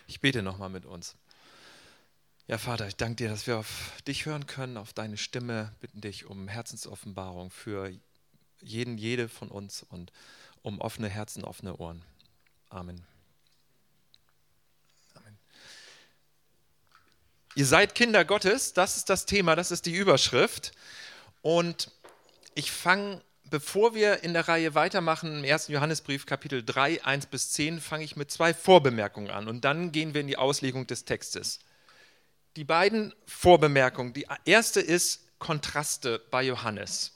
Ich bete nochmal mit uns. Ja, Vater, ich danke dir, dass wir auf dich hören können, auf deine Stimme, bitten dich um Herzensoffenbarung für jeden, jede von uns und um offene Herzen, offene Ohren. Amen. Amen. Ihr seid Kinder Gottes, das ist das Thema, das ist die Überschrift. Und ich fange, bevor wir in der Reihe weitermachen, im 1. Johannesbrief, Kapitel 3, 1-10, fange ich mit 2 Vorbemerkungen an und dann gehen wir in die Auslegung des Textes. Die beiden Vorbemerkungen, die erste ist Kontraste bei Johannes.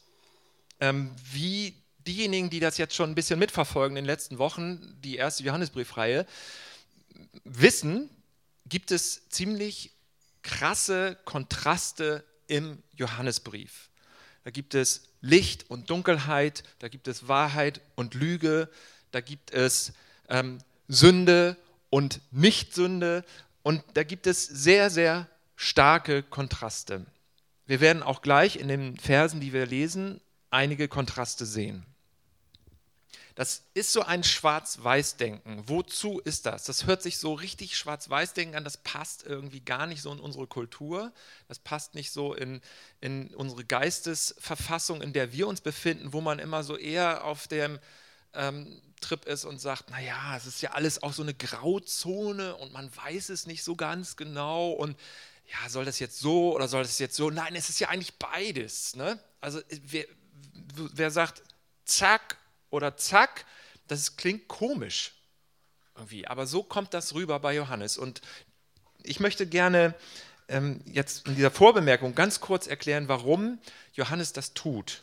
Wie diejenigen, die das jetzt schon ein bisschen mitverfolgen in den letzten Wochen, die erste Johannesbriefreihe, wissen, gibt es ziemlich krasse Kontraste im Johannesbrief. Da gibt es Licht und Dunkelheit, da gibt es Wahrheit und Lüge, da gibt es Sünde und Nichtsünde und da gibt es sehr, sehr starke Kontraste. Wir werden auch gleich in den Versen, die wir lesen, einige Kontraste sehen. Das ist so ein Schwarz-Weiß-Denken. Wozu ist das? Das hört sich so richtig Schwarz-Weiß-Denken an, das passt irgendwie gar nicht so in unsere Kultur, das passt nicht so in unsere Geistesverfassung, in der wir uns befinden, wo man immer so eher auf dem Trip ist und sagt, naja, es ist ja alles auch so eine Grauzone und man weiß es nicht so ganz genau und ja, soll das jetzt so oder soll das jetzt so? Nein, es ist ja eigentlich beides. Ne? Also wer sagt zack oder zack, das klingt komisch irgendwie, aber so kommt das rüber bei Johannes. Und ich möchte gerne jetzt in dieser Vorbemerkung ganz kurz erklären, warum Johannes das tut.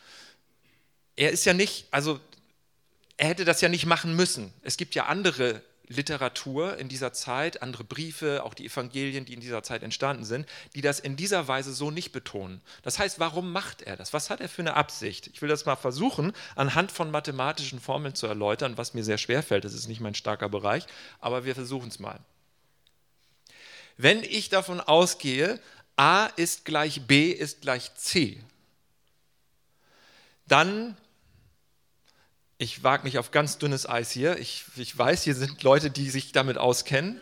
Er ist ja nicht, also er hätte das ja nicht machen müssen. Es gibt ja andere Literatur in dieser Zeit, andere Briefe, auch die Evangelien, die in dieser Zeit entstanden sind, die das in dieser Weise so nicht betonen. Das heißt, warum macht er das? Was hat er für eine Absicht? Ich will das mal versuchen, anhand von mathematischen Formeln zu erläutern, was mir sehr schwer fällt. Das ist nicht mein starker Bereich, aber wir versuchen es mal. Wenn ich davon ausgehe, A ist gleich B ist gleich C, dann, ich wage mich auf ganz dünnes Eis hier, ich weiß, hier sind Leute, die sich damit auskennen,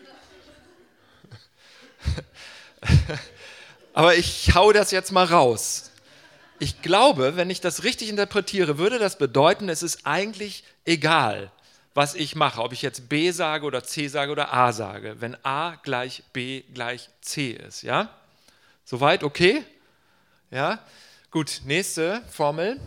aber ich hau das jetzt mal raus. Ich glaube, wenn ich das richtig interpretiere, würde das bedeuten, es ist eigentlich egal, was ich mache, ob ich jetzt B sage oder C sage oder A sage, wenn A gleich B gleich C ist, ja? Soweit okay? Ja? Gut, nächste Formel.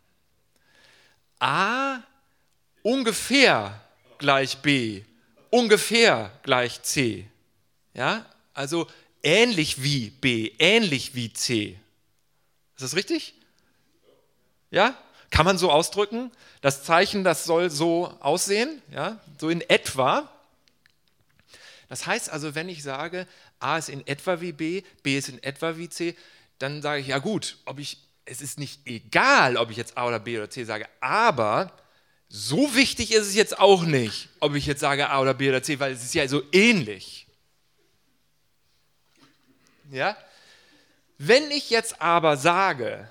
A ungefähr gleich B, ungefähr gleich C. Ja? Also ähnlich wie B, ähnlich wie C. Ist das richtig? Ja? Kann man so ausdrücken? Das Zeichen, das soll so aussehen, ja? So in etwa. Das heißt also, wenn ich sage, A ist in etwa wie B, B ist in etwa wie C, dann sage ich, ja gut, es ist nicht egal, ob ich jetzt A oder B oder C sage, aber so wichtig ist es jetzt auch nicht, ob ich jetzt sage A oder B oder C, weil es ist ja so ähnlich. Ja? Wenn ich jetzt aber sage,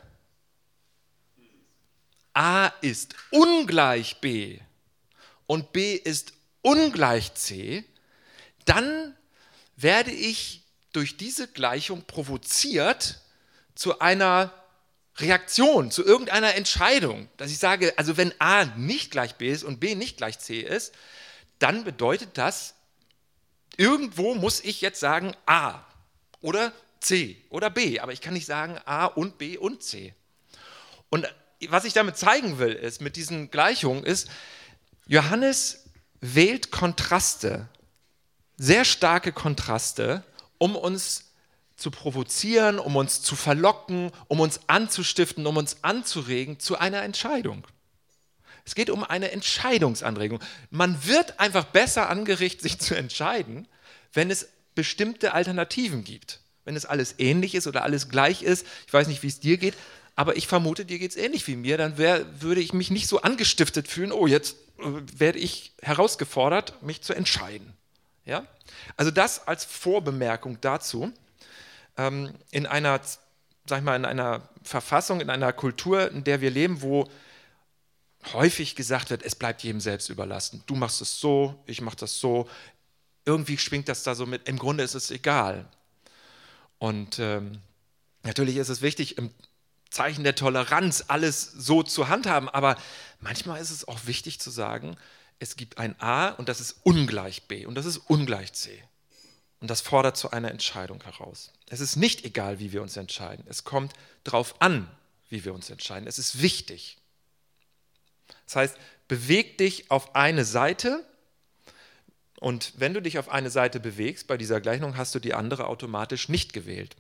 A ist ungleich B und B ist ungleich C, dann werde ich durch diese Gleichung provoziert zu einer Reaktion, zu irgendeiner Entscheidung, dass ich sage, also wenn A nicht gleich B ist und B nicht gleich C ist, dann bedeutet das, irgendwo muss ich jetzt sagen A oder C oder B, aber ich kann nicht sagen A und B und C. Und was ich damit zeigen will, ist, mit diesen Gleichungen, ist, Johannes wählt Kontraste, sehr starke Kontraste, um uns zu provozieren, um uns zu verlocken, um uns anzustiften, um uns anzuregen zu einer Entscheidung. Es geht um eine Entscheidungsanregung. Man wird einfach besser angeregt, sich zu entscheiden, wenn es bestimmte Alternativen gibt. Wenn es alles ähnlich ist oder alles gleich ist, ich weiß nicht, wie es dir geht, aber ich vermute, dir geht es ähnlich wie mir, dann würde ich mich nicht so angestiftet fühlen, oh, jetzt werde ich herausgefordert, mich zu entscheiden. Ja? Also das als Vorbemerkung dazu. In einer, sag ich mal, in einer Verfassung, in einer Kultur, in der wir leben, wo häufig gesagt wird, es bleibt jedem selbst überlassen. Du machst es so, ich mache das so. irgendwie schwingt das da so mit, im Grunde ist es egal. Und natürlich ist es wichtig, im Zeichen der Toleranz alles so zu handhaben, aber manchmal ist es auch wichtig zu sagen, es gibt ein A und das ist ungleich B und das ist ungleich C. Und das fordert zu einer Entscheidung heraus. Es ist nicht egal, wie wir uns entscheiden. Es kommt darauf an, wie wir uns entscheiden. Es ist wichtig. Das heißt, beweg dich auf eine Seite und wenn du dich auf eine Seite bewegst, bei dieser Gleichung hast du die andere automatisch nicht gewählt.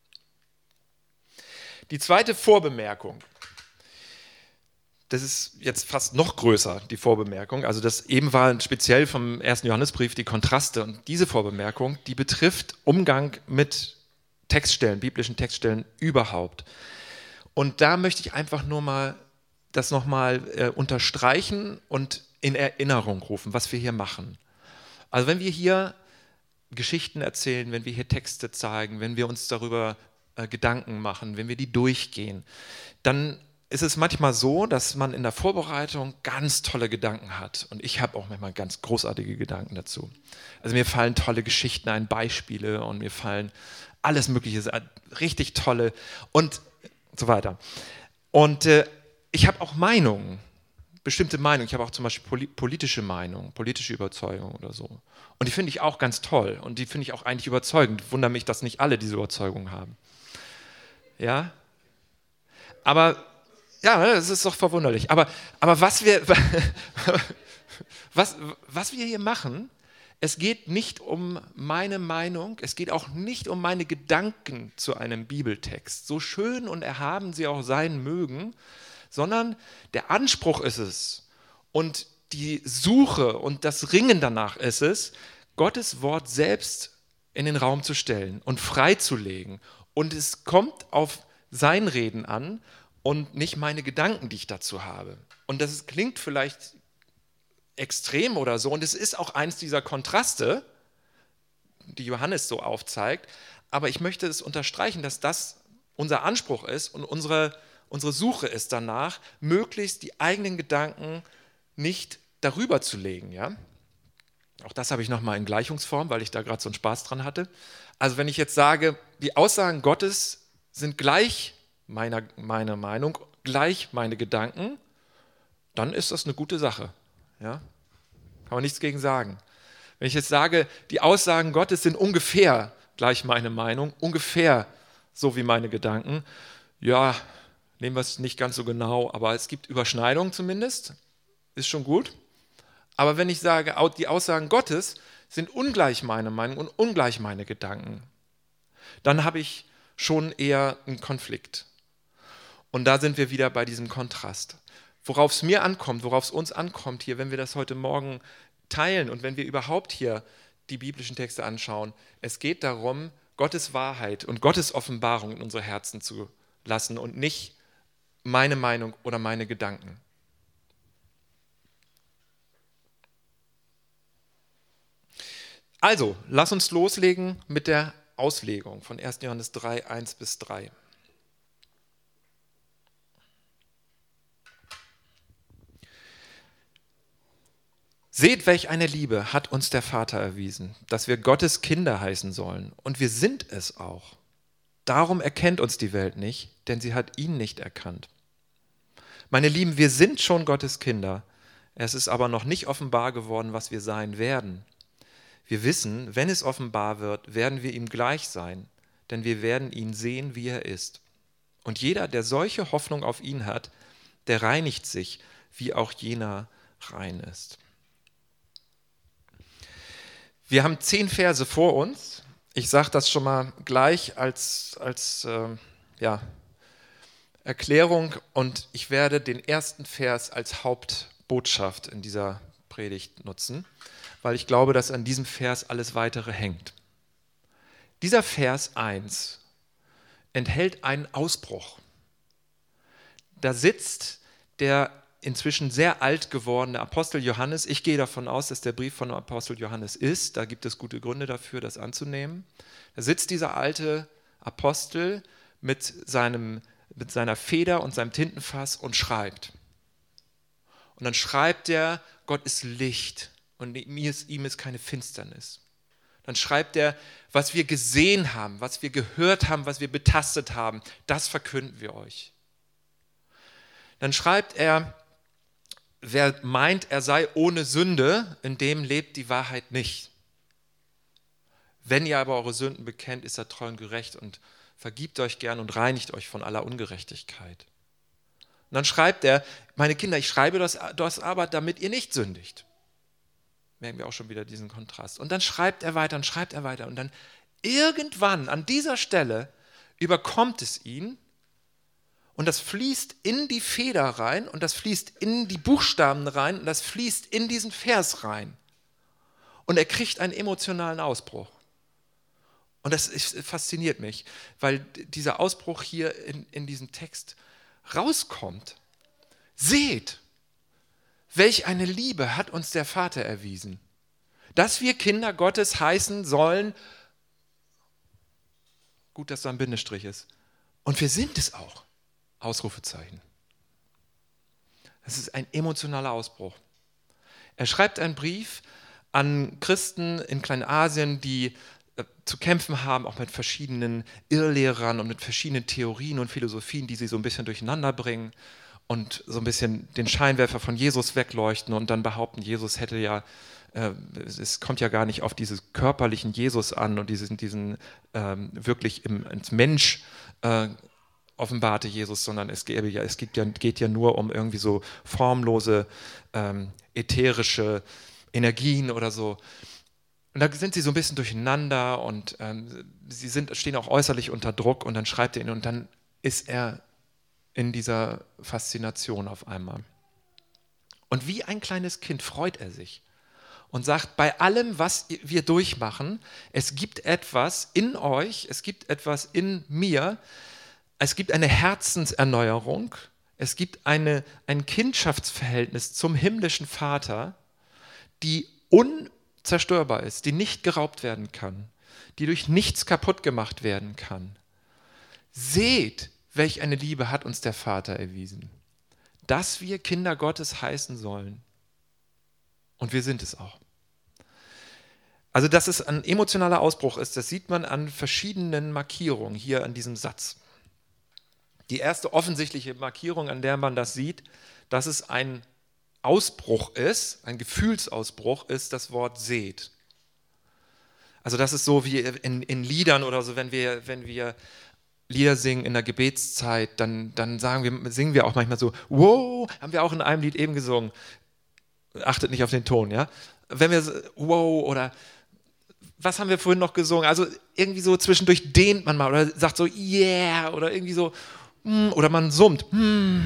Die zweite Vorbemerkung, das ist jetzt fast noch größer, die Vorbemerkung. Also das eben war speziell vom 1. Johannesbrief die Kontraste. Und diese Vorbemerkung, die betrifft Umgang mit Textstellen, biblischen Textstellen überhaupt. Und da möchte ich einfach nur mal das nochmal unterstreichen und in Erinnerung rufen, was wir hier machen. Also wenn wir hier Geschichten erzählen, wenn wir hier Texte zeigen, wenn wir uns darüber Gedanken machen, wenn wir die durchgehen, dann ist es manchmal so, dass man in der Vorbereitung ganz tolle Gedanken hat. Und ich habe auch manchmal ganz großartige Gedanken dazu. Also mir fallen tolle Geschichten ein, Beispiele und mir fallen alles Mögliche, richtig tolle und so weiter. Und ich habe auch Meinungen, bestimmte Meinungen. Ich habe auch zum Beispiel politische Meinungen, politische Überzeugungen oder so. Und die finde ich auch ganz toll und die finde ich auch eigentlich überzeugend. Ich wundere mich, dass nicht alle diese Überzeugungen haben. Ja, aber ja, das ist doch verwunderlich. Aber was wir hier machen, es geht nicht um meine Meinung, es geht auch nicht um meine Gedanken zu einem Bibeltext, so schön und erhaben sie auch sein mögen, sondern der Anspruch ist es und die Suche und das Ringen danach ist es, Gottes Wort selbst in den Raum zu stellen und freizulegen. Und es kommt auf sein Reden an und nicht meine Gedanken, die ich dazu habe. Und das klingt vielleicht extrem oder so. Und es ist auch eins dieser Kontraste, die Johannes so aufzeigt. Aber ich möchte es unterstreichen, dass das unser Anspruch ist und unsere Suche ist danach, möglichst die eigenen Gedanken nicht darüber zu legen. Ja? Auch das habe ich nochmal in Gleichungsform, weil ich da gerade so einen Spaß dran hatte. Also wenn ich jetzt sage, die Aussagen Gottes sind gleich meine Meinung, gleich meine Gedanken, dann ist das eine gute Sache. Ja? Kann man nichts gegen sagen. Wenn ich jetzt sage, die Aussagen Gottes sind ungefähr gleich meine Meinung, ungefähr so wie meine Gedanken, ja, nehmen wir es nicht ganz so genau, aber es gibt Überschneidungen zumindest, ist schon gut. Aber wenn ich sage, die Aussagen Gottes sind ungleich meine Meinung und ungleich meine Gedanken, dann habe ich schon eher einen Konflikt. Und da sind wir wieder bei diesem Kontrast. Worauf es mir ankommt, worauf es uns ankommt hier, wenn wir das heute Morgen teilen und wenn wir überhaupt hier die biblischen Texte anschauen, es geht darum, Gottes Wahrheit und Gottes Offenbarung in unsere Herzen zu lassen und nicht meine Meinung oder meine Gedanken. Also, lass uns loslegen mit der Auslegung von 1. Johannes 3, 1-3. Seht, welch eine Liebe hat uns der Vater erwiesen, dass wir Gottes Kinder heißen sollen. Und wir sind es auch. Darum erkennt uns die Welt nicht, denn sie hat ihn nicht erkannt. Meine Lieben, wir sind schon Gottes Kinder. Es ist aber noch nicht offenbar geworden, was wir sein werden. Wir wissen, wenn es offenbar wird, werden wir ihm gleich sein, denn wir werden ihn sehen, wie er ist. Und jeder, der solche Hoffnung auf ihn hat, der reinigt sich, wie auch jener rein ist. Wir haben 10 Verse vor uns. Ich sage das schon mal gleich als Erklärung und ich werde den ersten Vers als Hauptbotschaft in dieser Predigt nutzen, weil ich glaube, dass an diesem Vers alles Weitere hängt. Dieser Vers 1 enthält einen Ausbruch. Da sitzt der inzwischen sehr alt gewordene Apostel Johannes. Ich gehe davon aus, dass der Brief von Apostel Johannes ist. Da gibt es gute Gründe dafür, das anzunehmen. Da sitzt dieser alte Apostel mit seiner Feder und seinem Tintenfass und schreibt. Und dann schreibt er, Gott ist Licht und ihm ist keine Finsternis. Dann schreibt er, was wir gesehen haben, was wir gehört haben, was wir betastet haben, das verkünden wir euch. Dann schreibt er, wer meint, er sei ohne Sünde, in dem lebt die Wahrheit nicht. Wenn ihr aber eure Sünden bekennt, ist er treu und gerecht und vergibt euch gern und reinigt euch von aller Ungerechtigkeit. Und dann schreibt er, meine Kinder, ich schreibe das aber, damit ihr nicht sündigt. Merken wir auch schon wieder diesen Kontrast. Und dann schreibt er weiter und dann irgendwann an dieser Stelle überkommt es ihn und das fließt in die Feder rein und das fließt in die Buchstaben rein und das fließt in diesen Vers rein. Und er kriegt einen emotionalen Ausbruch. Und das fasziniert mich, weil dieser Ausbruch hier in diesem Text rauskommt. Seht, welch eine Liebe hat uns der Vater erwiesen, dass wir Kinder Gottes heißen sollen. Gut, dass da ein Bindestrich ist. Und wir sind es auch. Ausrufezeichen. Das ist ein emotionaler Ausbruch. Er schreibt einen Brief an Christen in Kleinasien, die zu kämpfen haben, auch mit verschiedenen Irrlehrern und mit verschiedenen Theorien und Philosophien, die sie so ein bisschen durcheinander bringen und so ein bisschen den Scheinwerfer von Jesus wegleuchten und dann behaupten, Jesus hätte ja, es kommt ja gar nicht auf diesen körperlichen Jesus an und diesen wirklich ins Mensch offenbarte Jesus, sondern es geht ja nur um irgendwie so formlose, ätherische Energien oder so. Und da sind sie so ein bisschen durcheinander und sie stehen auch äußerlich unter Druck und dann schreibt er ihn und dann ist er in dieser Faszination auf einmal. Und wie ein kleines Kind freut er sich und sagt, bei allem, was wir durchmachen, es gibt etwas in euch, es gibt etwas in mir, es gibt eine Herzenserneuerung, es gibt ein Kindschaftsverhältnis zum himmlischen Vater, die unzerstörbar ist, die nicht geraubt werden kann, die durch nichts kaputt gemacht werden kann. Seht, welch eine Liebe hat uns der Vater erwiesen, dass wir Kinder Gottes heißen sollen. Und wir sind es auch. Also, dass es ein emotionaler Ausbruch ist, das sieht man an verschiedenen Markierungen hier an diesem Satz. Die erste offensichtliche Markierung, an der man das sieht, dass es ein Ausbruch ist, ein Gefühlsausbruch, ist das Wort seht. Also das ist so wie in Liedern oder so, wenn wir Lieder singen in der Gebetszeit, dann singen wir auch manchmal so, wow, haben wir auch in einem Lied eben gesungen. Achtet nicht auf den Ton, ja. Wenn wir wow oder was haben wir vorhin noch gesungen? Also irgendwie so zwischendurch dehnt man mal oder sagt so yeah oder irgendwie so oder man summt und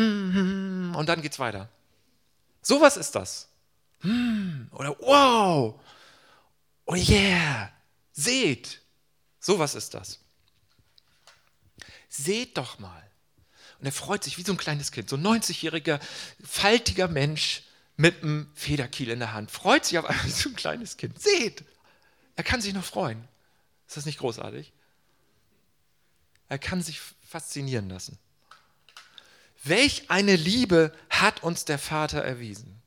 dann geht's weiter. Sowas ist das. Oder wow. Oh yeah. Seht. Sowas ist das. Seht doch mal. Und er freut sich wie so ein kleines Kind. So ein 90-jähriger, faltiger Mensch mit einem Federkiel in der Hand. Freut sich auf einmal wie so ein kleines Kind. Seht. Er kann sich noch freuen. Ist das nicht großartig? Er kann sich faszinieren lassen. Welch eine Liebe hat uns der Vater erwiesen,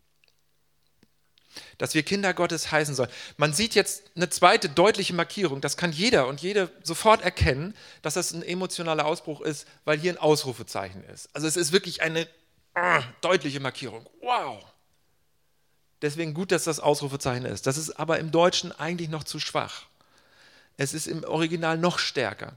dass wir Kinder Gottes heißen sollen. Man sieht jetzt eine zweite deutliche Markierung, das kann jeder und jede sofort erkennen, dass das ein emotionaler Ausbruch ist, weil hier ein Ausrufezeichen ist. Also es ist wirklich eine deutliche Markierung. Wow! Deswegen gut, dass das Ausrufezeichen ist. Das ist aber im Deutschen eigentlich noch zu schwach. Es ist im Original noch stärker.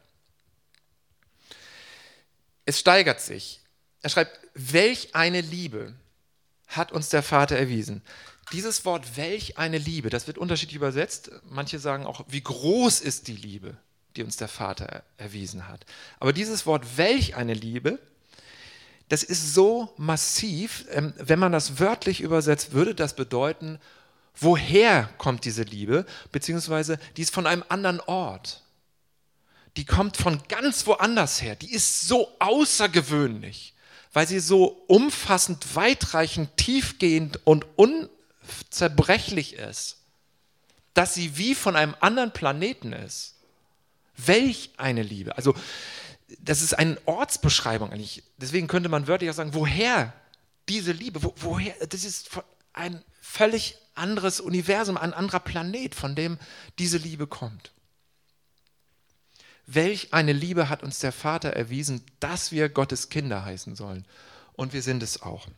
Es steigert sich. Er schreibt, welch eine Liebe hat uns der Vater erwiesen. Dieses Wort, welch eine Liebe, das wird unterschiedlich übersetzt. Manche sagen auch, wie groß ist die Liebe, die uns der Vater erwiesen hat. Aber dieses Wort, welch eine Liebe, das ist so massiv, wenn man das wörtlich übersetzt, würde das bedeuten, woher kommt diese Liebe, beziehungsweise die ist von einem anderen Ort. Die kommt von ganz woanders her. Die ist so außergewöhnlich, weil sie so umfassend, weitreichend, tiefgehend und unzerbrechlich ist, dass sie wie von einem anderen Planeten ist. Welch eine Liebe. Also das ist eine Ortsbeschreibung eigentlich. Deswegen könnte man wörtlich auch sagen, woher diese Liebe, woher, das ist ein völlig anderes Universum, ein anderer Planet, von dem diese Liebe kommt. Welch eine Liebe hat uns der Vater erwiesen, dass wir Gottes Kinder heißen sollen. Und wir sind es auch.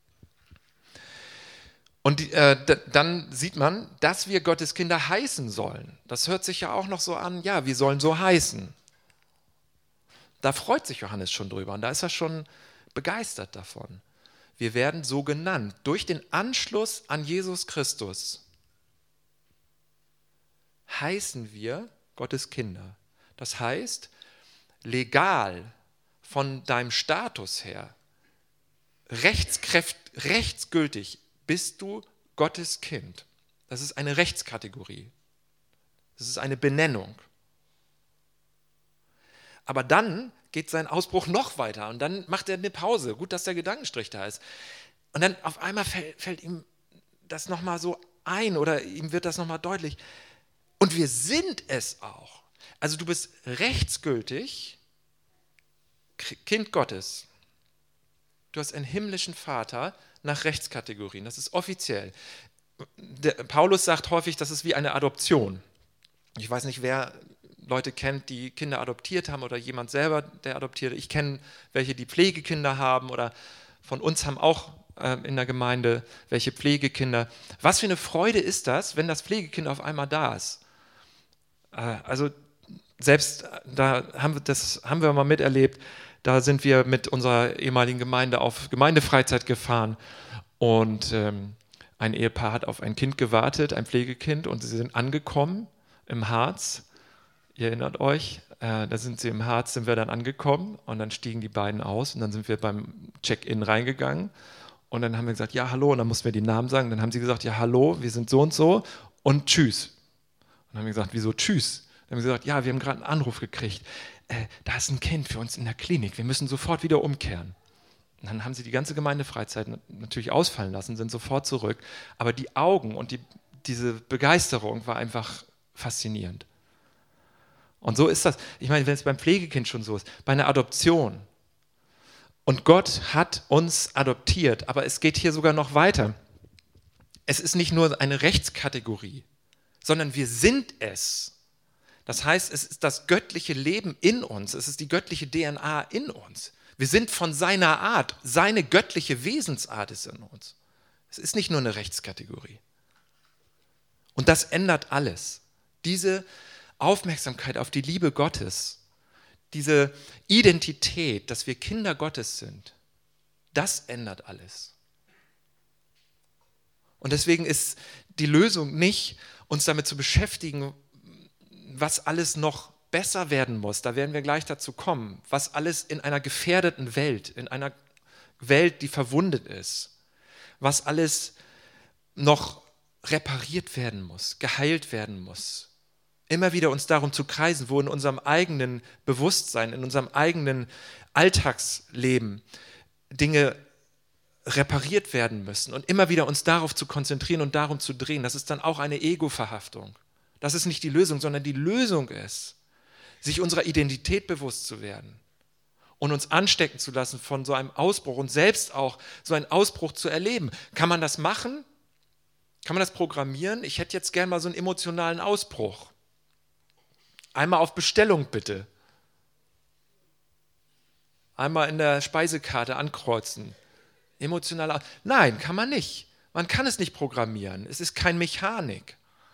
Und dann sieht man, dass wir Gottes Kinder heißen sollen. Das hört sich ja auch noch so an, ja, wir sollen so heißen. Da freut sich Johannes schon drüber und da ist er schon begeistert davon. Wir werden so genannt durch den Anschluss an Jesus Christus. Heißen wir Gottes Kinder. Das heißt, legal von deinem Status her, rechtsgültig bist du Gottes Kind. Das ist eine Rechtskategorie. Das ist eine Benennung. Aber dann geht sein Ausbruch noch weiter und dann macht er eine Pause. Gut, dass der Gedankenstrich da ist. Und dann auf einmal fällt ihm das nochmal so ein oder ihm wird das nochmal deutlich. Und wir sind es auch. Also du bist rechtsgültig Kind Gottes. Du hast einen himmlischen Vater nach Rechtskategorien. Das ist offiziell. Paulus sagt häufig, das ist wie eine Adoption. Ich weiß nicht, wer Leute kennt, die Kinder adoptiert haben oder jemand selber, der adoptiert. Ich kenne welche, die Pflegekinder haben oder von uns haben auch in der Gemeinde welche Pflegekinder. Was für eine Freude ist das, wenn das Pflegekind auf einmal da ist? Also selbst da haben wir mal miterlebt, da sind wir mit unserer ehemaligen Gemeinde auf Gemeindefreizeit gefahren und ein Ehepaar hat auf ein Kind gewartet, ein Pflegekind, und sie sind angekommen im Harz. Ihr erinnert euch, da sind wir dann angekommen und dann stiegen die beiden aus und dann sind wir beim Check-in reingegangen und dann haben wir gesagt, ja, hallo, und dann mussten wir die Namen sagen. Dann haben sie gesagt, ja, hallo, wir sind so und tschüss. Und dann haben wir gesagt, wieso tschüss? Dann haben sie gesagt, ja, wir haben gerade einen Anruf gekriegt. Da ist ein Kind für uns in der Klinik, wir müssen sofort wieder umkehren. Und dann haben sie die ganze Gemeindefreizeit natürlich ausfallen lassen, sind sofort zurück. Aber die Augen und diese Begeisterung war einfach faszinierend. Und so ist das. Ich meine, wenn es beim Pflegekind schon so ist, bei einer Adoption. Und Gott hat uns adoptiert, aber es geht hier sogar noch weiter. Es ist nicht nur eine Rechtskategorie, sondern wir sind es. Das heißt, es ist das göttliche Leben in uns, es ist die göttliche DNA in uns. Wir sind von seiner Art, seine göttliche Wesensart ist in uns. Es ist nicht nur eine Rechtskategorie. Und das ändert alles. Diese Aufmerksamkeit auf die Liebe Gottes, diese Identität, dass wir Kinder Gottes sind, das ändert alles. Und deswegen ist die Lösung nicht, uns damit zu beschäftigen, was alles noch besser werden muss, da werden wir gleich dazu kommen, was alles in einer gefährdeten Welt, in einer Welt, die verwundet ist, was alles noch repariert werden muss, geheilt werden muss. Immer wieder uns darum zu kreisen, wo in unserem eigenen Bewusstsein, in unserem eigenen Alltagsleben Dinge repariert werden müssen und immer wieder uns darauf zu konzentrieren und darum zu drehen, das ist dann auch eine Ego-Verhaftung. Das ist nicht die Lösung, sondern die Lösung ist, sich unserer Identität bewusst zu werden und uns anstecken zu lassen von so einem Ausbruch und selbst auch so einen Ausbruch zu erleben. Kann man das machen? Kann man das programmieren? Ich hätte jetzt gern mal so einen emotionalen Ausbruch. Einmal auf Bestellung bitte. Einmal in der Speisekarte ankreuzen. Emotionaler. Nein, kann man nicht. Man kann es nicht programmieren. Es ist keine Mechanik.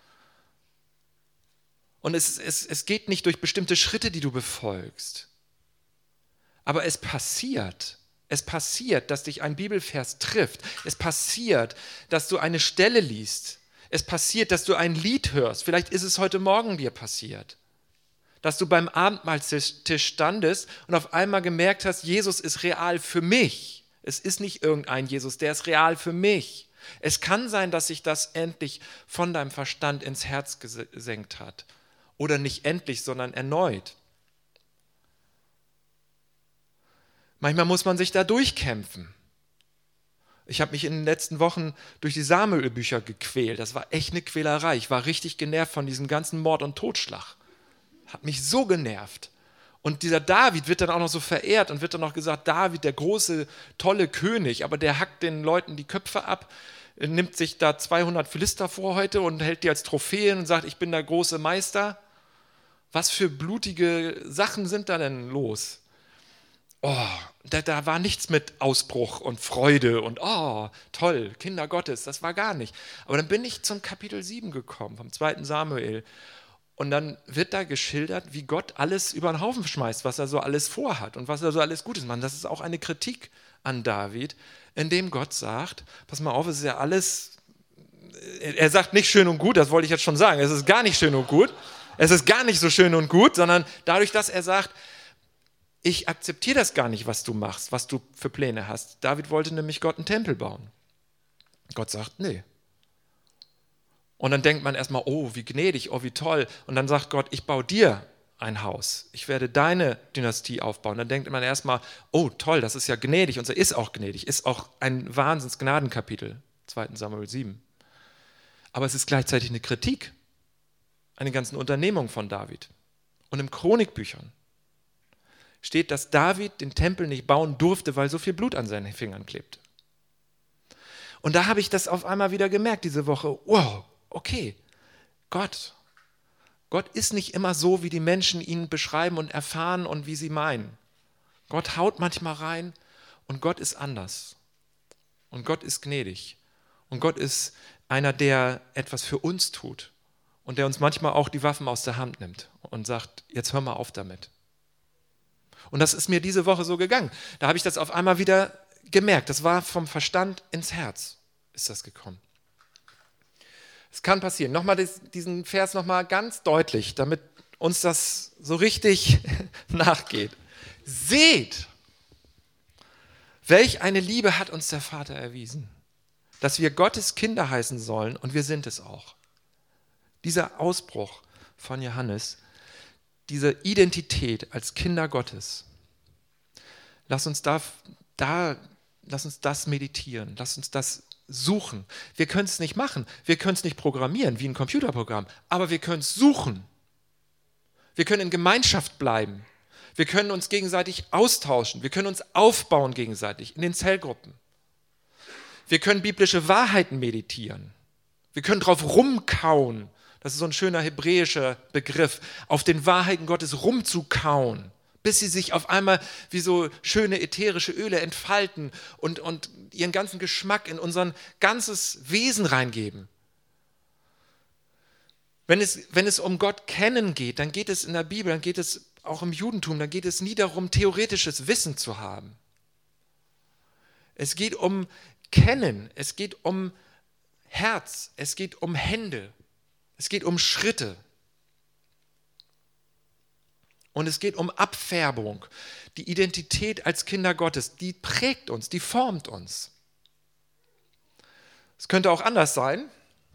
Und es geht nicht durch bestimmte Schritte, die du befolgst. Aber es passiert. Es passiert, dass dich ein Bibelvers trifft. Es passiert, dass du eine Stelle liest. Es passiert, dass du ein Lied hörst. Vielleicht ist es heute Morgen dir passiert. Dass du beim Abendmahlstisch standest und auf einmal gemerkt hast, Jesus ist real für mich. Es ist nicht irgendein Jesus, der ist real für mich. Es kann sein, dass sich das endlich von deinem Verstand ins Herz gesenkt hat. Oder nicht endlich, sondern erneut. Manchmal muss man sich da durchkämpfen. Ich habe mich in den letzten Wochen durch die Samuel-Bücher gequält. Das war echt eine Quälerei. Ich war richtig genervt von diesem ganzen Mord und Totschlag. Hat mich so genervt. Und dieser David wird dann auch noch so verehrt und wird dann noch gesagt, David, der große, tolle König, aber der hackt den Leuten die Köpfe ab. nimmt sich da 200 Philister vor heute und hält die als Trophäen und sagt, ich bin der große Meister. Was für blutige Sachen sind da denn los? Oh, da war nichts mit Ausbruch und Freude und oh, toll, Kinder Gottes, das war gar nicht. Aber dann bin ich zum Kapitel 7 gekommen, vom 2. Samuel. Und dann wird da geschildert, wie Gott alles über den Haufen schmeißt, was er so alles vorhat und was er so alles Gutes macht. Das ist auch eine Kritik an David, in dem Gott sagt, pass mal auf, es ist ja alles, er sagt nicht schön und gut, das wollte ich jetzt schon sagen, es ist gar nicht schön und gut, es ist gar nicht so schön und gut, sondern dadurch, dass er sagt, ich akzeptiere das gar nicht, was du machst, was du für Pläne hast. David wollte nämlich Gott einen Tempel bauen. Gott sagt, nee. Und dann denkt man erstmal, oh, wie gnädig, oh, wie toll. Und dann sagt Gott, ich baue dir ein Haus. Ich werde deine Dynastie aufbauen. Dann denkt man erstmal, oh, toll, das ist ja gnädig. Und so ist auch gnädig. Ist auch ein Wahnsinns-Gnadenkapitel, 2. Samuel 7. Aber es ist gleichzeitig eine Kritik an den ganzen Unternehmungen von David. Und im Chronikbüchern steht, dass David den Tempel nicht bauen durfte, weil so viel Blut an seinen Fingern klebte. Und da habe ich das auf einmal wieder gemerkt, diese Woche. Wow, okay, Gott ist nicht immer so, wie die Menschen ihn beschreiben und erfahren und wie sie meinen. Gott haut manchmal rein und Gott ist anders. Und Gott ist gnädig. Und Gott ist einer, der etwas für uns tut und der uns manchmal auch die Waffen aus der Hand nimmt und sagt, jetzt hör mal auf damit. Und das ist mir diese Woche so gegangen. Da habe ich das auf einmal wieder gemerkt. Das war vom Verstand ins Herz, ist das gekommen. Es kann passieren. Nochmal diesen Vers nochmal ganz deutlich, damit uns das so richtig nachgeht. Seht, welch eine Liebe hat uns der Vater erwiesen, dass wir Gottes Kinder heißen sollen und wir sind es auch. Dieser Ausbruch von Johannes, diese Identität als Kinder Gottes, lass uns das meditieren, lass uns das suchen. Wir können es nicht machen, wir können es nicht programmieren wie ein Computerprogramm, aber wir können es suchen. Wir können in Gemeinschaft bleiben, wir können uns gegenseitig austauschen, wir können uns aufbauen gegenseitig in den Zellgruppen. Wir können biblische Wahrheiten meditieren, wir können drauf rumkauen. Das ist so ein schöner hebräischer Begriff, auf den Wahrheiten Gottes rumzukauen, bis sie sich auf einmal wie so schöne ätherische Öle entfalten und ihren ganzen Geschmack in unser ganzes Wesen reingeben. Wenn es um Gott kennen geht, dann geht es in der Bibel, dann geht es auch im Judentum, dann geht es nie darum, theoretisches Wissen zu haben. Es geht um Kennen, es geht um Herz, es geht um Hände. Es geht um Schritte und es geht um Abfärbung. Die Identität als Kinder Gottes, die prägt uns, die formt uns. Es könnte auch anders sein.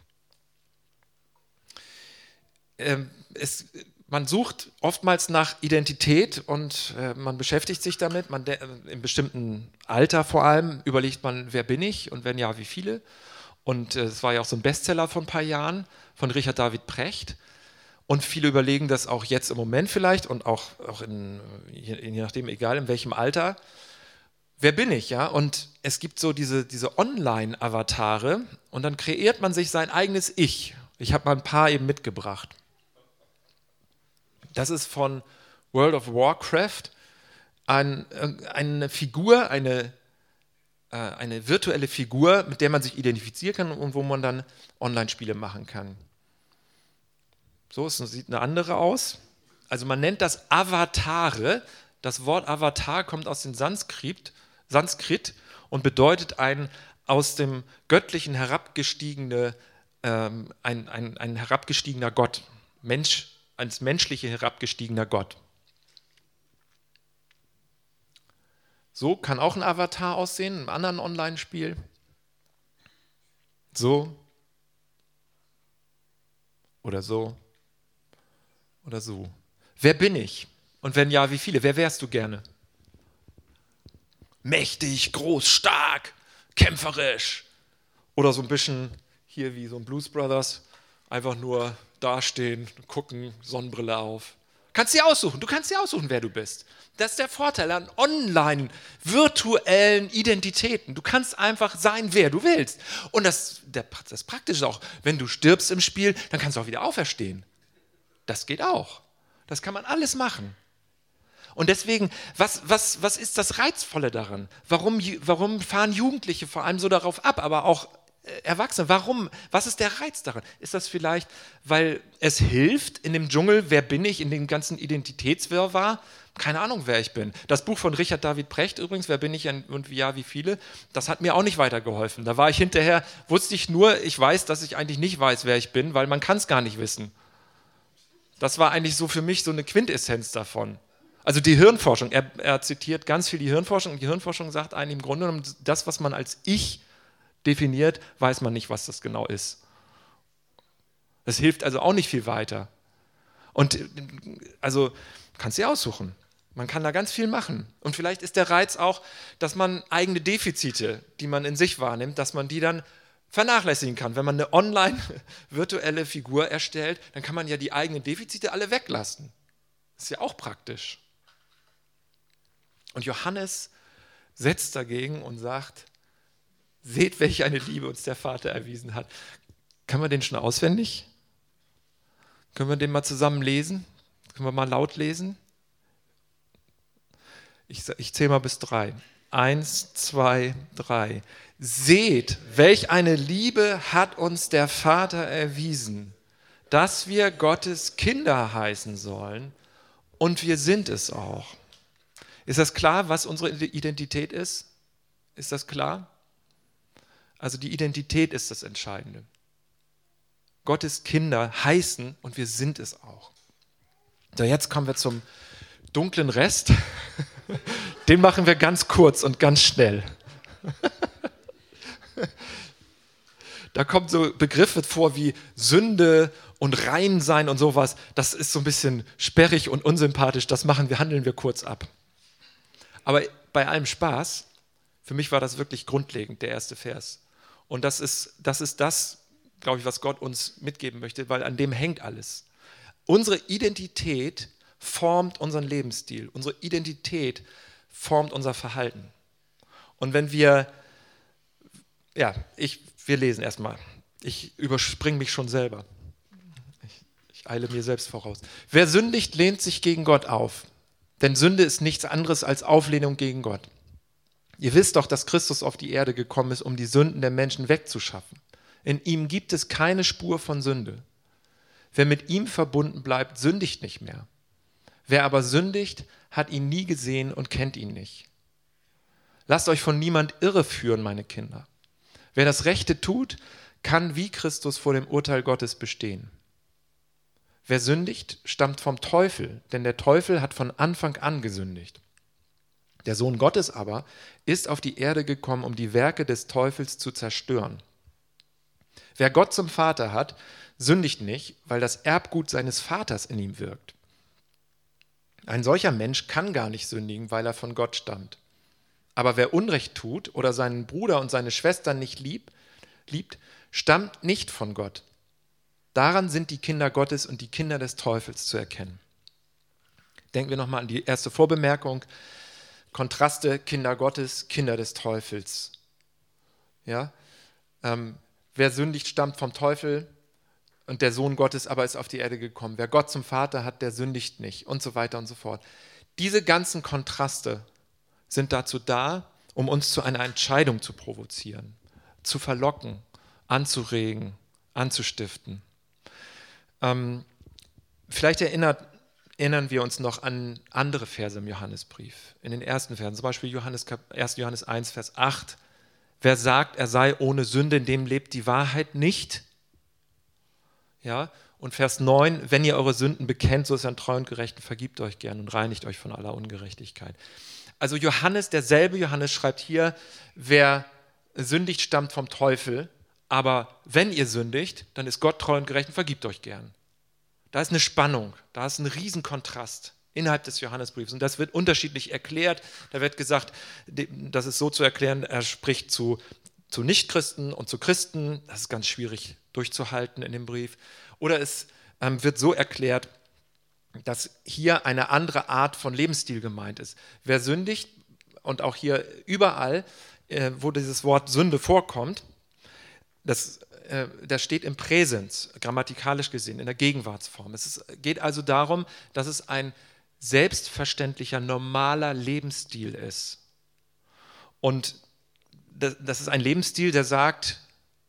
Man sucht oftmals nach Identität und man beschäftigt sich damit. Im bestimmten Alter vor allem überlegt man, wer bin ich und wenn ja, wie viele. Und es war ja auch so ein Bestseller vor ein paar Jahren von Richard David Precht. Und viele überlegen das auch jetzt im Moment vielleicht und auch je nachdem, egal in welchem Alter. Wer bin ich, ja? Und es gibt so diese Online-Avatare und dann kreiert man sich sein eigenes Ich. Ich habe mal ein paar eben mitgebracht. Das ist von World of Warcraft eine Figur, eine virtuelle Figur, mit der man sich identifizieren kann und wo man dann Online-Spiele machen kann. So sieht eine andere aus. Also man nennt das Avatare. Das Wort Avatar kommt aus dem Sanskrit und bedeutet ein aus dem Göttlichen herabgestiegener ein herabgestiegener Gott. Als menschliche herabgestiegener Gott. So kann auch ein Avatar aussehen, in einem anderen Online-Spiel. So. Oder so. Oder so. Wer bin ich? Und wenn ja, wie viele? Wer wärst du gerne? Mächtig, groß, stark, kämpferisch. Oder so ein bisschen hier wie so ein Blues Brothers. Einfach nur dastehen, gucken, Sonnenbrille auf. Kannst dir aussuchen. Du kannst dir aussuchen, wer du bist. Das ist der Vorteil an online virtuellen Identitäten. Du kannst einfach sein, wer du willst. Und das Praktische ist auch, wenn du stirbst im Spiel, dann kannst du auch wieder auferstehen. Das geht auch. Das kann man alles machen. Und deswegen, was ist das Reizvolle daran? Warum fahren Jugendliche vor allem so darauf ab, aber auch Erwachsene? Warum? Was ist der Reiz daran? Ist das vielleicht, weil es hilft in dem Dschungel, wer bin ich, in dem ganzen Identitätswirrwarr? Keine Ahnung, wer ich bin. Das Buch von Richard David Precht übrigens, wer bin ich und wie viele, das hat mir auch nicht weitergeholfen. Da war ich hinterher, wusste ich nur, ich weiß, dass ich eigentlich nicht weiß, wer ich bin, weil man kann es gar nicht wissen. Das war eigentlich so für mich so eine Quintessenz davon. Also die Hirnforschung, er zitiert ganz viel die Hirnforschung und die Hirnforschung sagt eigentlich im Grunde genommen, das, was man als Ich definiert, weiß man nicht, was das genau ist. Das hilft also auch nicht viel weiter. Und also kannst du dir aussuchen. Man kann da ganz viel machen. Und vielleicht ist der Reiz auch, dass man eigene Defizite, die man in sich wahrnimmt, dass man die dann vernachlässigen kann. Wenn man eine online virtuelle Figur erstellt, dann kann man ja die eigenen Defizite alle weglassen. Das ist ja auch praktisch. Und Johannes setzt dagegen und sagt, seht, welche eine Liebe uns der Vater erwiesen hat. Kann man den schon auswendig? Können wir den mal zusammen lesen? Können wir mal laut lesen? Ich zähle mal bis 3. 1, 2, 3. Seht, welch eine Liebe hat uns der Vater erwiesen, dass wir Gottes Kinder heißen sollen, und wir sind es auch. Ist das klar, was unsere Identität ist? Ist das klar? Also die Identität ist das Entscheidende. Gottes Kinder heißen und wir sind es auch. So, jetzt kommen wir zum dunklen Rest. Den machen wir ganz kurz und ganz schnell. Da kommen so Begriffe vor wie Sünde und Reinsein und sowas. Das ist so ein bisschen sperrig und unsympathisch. Das handeln wir kurz ab. Aber bei allem Spaß, für mich war das wirklich grundlegend, der erste Vers. Und das ist das, glaube ich, was Gott uns mitgeben möchte, weil an dem hängt alles. Unsere Identität formt unseren Lebensstil. Unsere Identität formt unser Verhalten. Und wenn wir lesen erstmal. Ich überspringe mich schon selber. Ich eile mir selbst voraus. Wer sündigt, lehnt sich gegen Gott auf. Denn Sünde ist nichts anderes als Auflehnung gegen Gott. Ihr wisst doch, dass Christus auf die Erde gekommen ist, um die Sünden der Menschen wegzuschaffen. In ihm gibt es keine Spur von Sünde. Wer mit ihm verbunden bleibt, sündigt nicht mehr. Wer aber sündigt, hat ihn nie gesehen und kennt ihn nicht. Lasst euch von niemand irreführen, meine Kinder. Wer das Rechte tut, kann wie Christus vor dem Urteil Gottes bestehen. Wer sündigt, stammt vom Teufel, denn der Teufel hat von Anfang an gesündigt. Der Sohn Gottes aber ist auf die Erde gekommen, um die Werke des Teufels zu zerstören. Wer Gott zum Vater hat, sündigt nicht, weil das Erbgut seines Vaters in ihm wirkt. Ein solcher Mensch kann gar nicht sündigen, weil er von Gott stammt. Aber wer Unrecht tut oder seinen Bruder und seine Schwestern nicht liebt, stammt nicht von Gott. Daran sind die Kinder Gottes und die Kinder des Teufels zu erkennen. Denken wir nochmal an die erste Vorbemerkung. Kontraste, Kinder Gottes, Kinder des Teufels. Ja? Wer sündigt, stammt vom Teufel und der Sohn Gottes aber ist auf die Erde gekommen. Wer Gott zum Vater hat, der sündigt nicht und so weiter und so fort. Diese ganzen Kontraste sind dazu da, um uns zu einer Entscheidung zu provozieren, zu verlocken, anzuregen, anzustiften. Vielleicht erinnern wir uns noch an andere Verse im Johannesbrief, in den ersten Versen, zum Beispiel 1. Johannes 1, Vers 8. Wer sagt, er sei ohne Sünde, in dem lebt die Wahrheit nicht. Ja? Und Vers 9, wenn ihr eure Sünden bekennt, so ist er ein treu und gerecht und vergibt euch gern und reinigt euch von aller Ungerechtigkeit. Also derselbe Johannes schreibt hier, wer sündigt, stammt vom Teufel, aber wenn ihr sündigt, dann ist Gott treu und gerecht und vergibt euch gern. Da ist eine Spannung, da ist ein Riesenkontrast innerhalb des Johannesbriefs und das wird unterschiedlich erklärt. Da wird gesagt, das ist so zu erklären, er spricht zu Nichtchristen und zu Christen, das ist ganz schwierig durchzuhalten in dem Brief. Oder es wird so erklärt, dass hier eine andere Art von Lebensstil gemeint ist. Wer sündigt, und auch hier überall, wo dieses Wort Sünde vorkommt, das steht im Präsens, grammatikalisch gesehen, in der Gegenwartsform. Geht also darum, dass es ein selbstverständlicher, normaler Lebensstil ist. Und das ist ein Lebensstil, der sagt,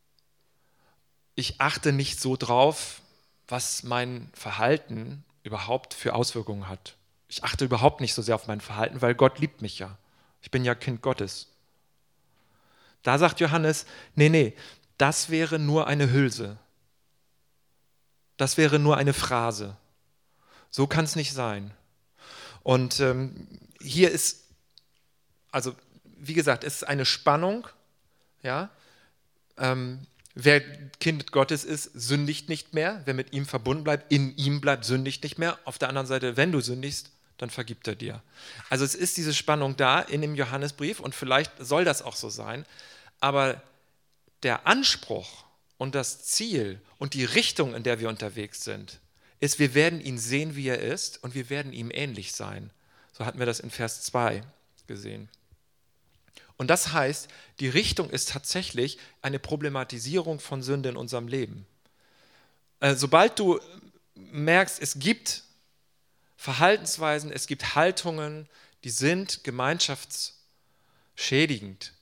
ich achte nicht so drauf, was mein Verhalten überhaupt für Auswirkungen hat. Ich achte überhaupt nicht so sehr auf mein Verhalten, weil Gott liebt mich ja. Ich bin ja Kind Gottes. Da sagt Johannes, nee, das wäre nur eine Hülse. Das wäre nur eine Phrase. So kann es nicht sein. Und hier ist, also wie gesagt, es ist eine Spannung. Ja? Wer Kind Gottes ist, sündigt nicht mehr. Wer mit ihm verbunden bleibt, in ihm bleibt, sündigt nicht mehr. Auf der anderen Seite, wenn du sündigst, dann vergibt er dir. Also es ist diese Spannung da in dem Johannesbrief und vielleicht soll das auch so sein, aber der Anspruch und das Ziel und die Richtung, in der wir unterwegs sind, ist, wir werden ihn sehen, wie er ist und wir werden ihm ähnlich sein. So hatten wir das in Vers 2 gesehen. Und das heißt, die Richtung ist tatsächlich eine Problematisierung von Sünde in unserem Leben. Sobald du merkst, es gibt Verhaltensweisen, es gibt Haltungen, die sind gemeinschaftsschädigend.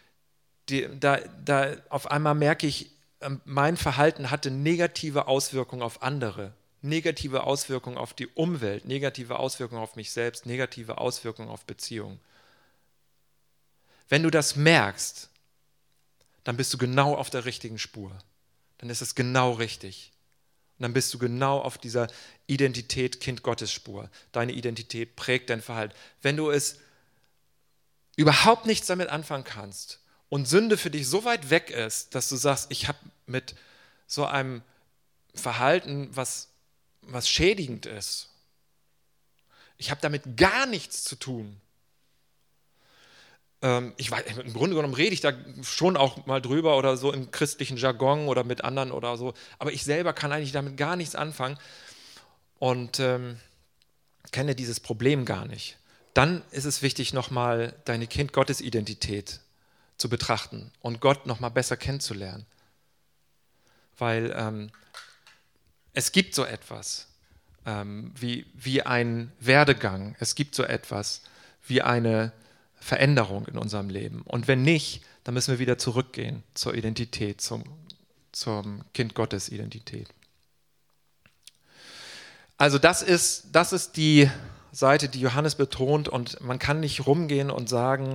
Da auf einmal merke ich, mein Verhalten hatte negative Auswirkungen auf andere, negative Auswirkungen auf die Umwelt, negative Auswirkungen auf mich selbst, negative Auswirkungen auf Beziehungen. Wenn du das merkst, dann bist du genau auf der richtigen Spur. Dann ist es genau richtig. Und dann bist du genau auf dieser Identität Kind Gottes Spur. Deine Identität prägt dein Verhalten. Wenn du es überhaupt nichts damit anfangen kannst und Sünde für dich so weit weg ist, dass du sagst, ich habe mit so einem Verhalten, was schädigend ist, ich habe damit gar nichts zu tun. Ich weiß, im Grunde genommen rede ich da schon auch mal drüber oder so im christlichen Jargon oder mit anderen oder so, aber ich selber kann eigentlich damit gar nichts anfangen und kenne dieses Problem gar nicht. Dann ist es wichtig, nochmal deine Kind-Gottes-Identität zu betrachten und Gott nochmal besser kennenzulernen. Weil es gibt so etwas wie ein Werdegang, es gibt so etwas wie eine Veränderung in unserem Leben. Und wenn nicht, dann müssen wir wieder zurückgehen zur Identität, zum Kind Gottes Identität. Also das ist die Seite, die Johannes betont, und man kann nicht rumgehen und sagen,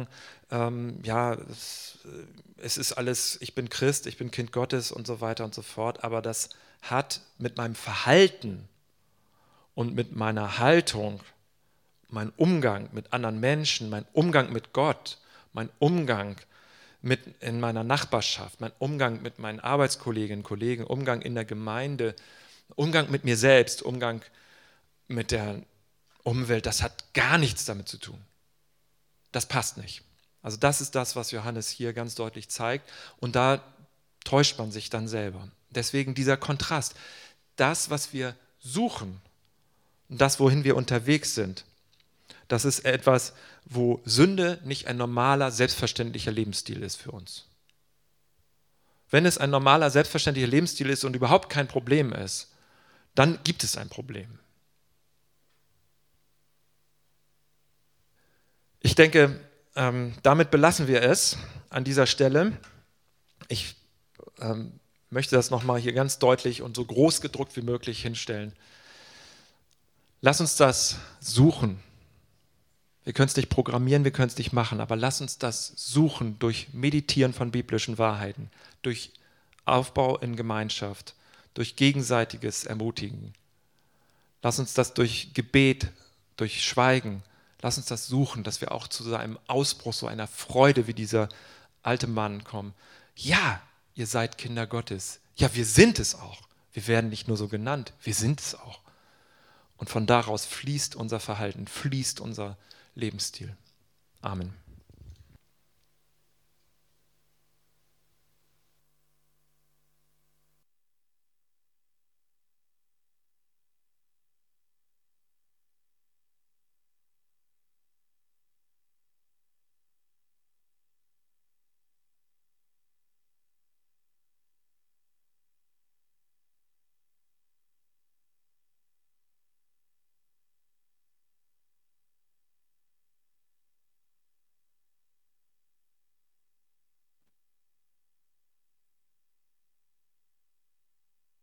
es ist alles, ich bin Christ, ich bin Kind Gottes und so weiter und so fort, aber das hat mit meinem Verhalten und mit meiner Haltung, mein Umgang mit anderen Menschen, mein Umgang mit Gott, mein Umgang in meiner Nachbarschaft, mein Umgang mit meinen Arbeitskolleginnen und Kollegen, Umgang in der Gemeinde, Umgang mit mir selbst, Umgang mit der Umwelt, das hat gar nichts damit zu tun. Das passt nicht. Also das ist das, was Johannes hier ganz deutlich zeigt und da täuscht man sich dann selber. Deswegen dieser Kontrast. Das, was wir suchen und das, wohin wir unterwegs sind, das ist etwas, wo Sünde nicht ein normaler, selbstverständlicher Lebensstil ist für uns. Wenn es ein normaler, selbstverständlicher Lebensstil ist und überhaupt kein Problem ist, dann gibt es ein Problem. Ich denke, damit belassen wir es an dieser Stelle. Ich möchte das nochmal hier ganz deutlich und so groß gedruckt wie möglich hinstellen. Lass uns das suchen. Wir können es nicht programmieren, wir können es nicht machen, aber lass uns das suchen durch Meditieren von biblischen Wahrheiten, durch Aufbau in Gemeinschaft, durch gegenseitiges Ermutigen. Lass uns das durch Gebet, durch Schweigen, lass uns das suchen, dass wir auch zu so einem Ausbruch, so einer Freude wie dieser alte Mann kommen. Ja, ihr seid Kinder Gottes. Ja, wir sind es auch. Wir werden nicht nur so genannt, wir sind es auch. Und von daraus fließt unser Verhalten, fließt unser Lebensstil. Amen.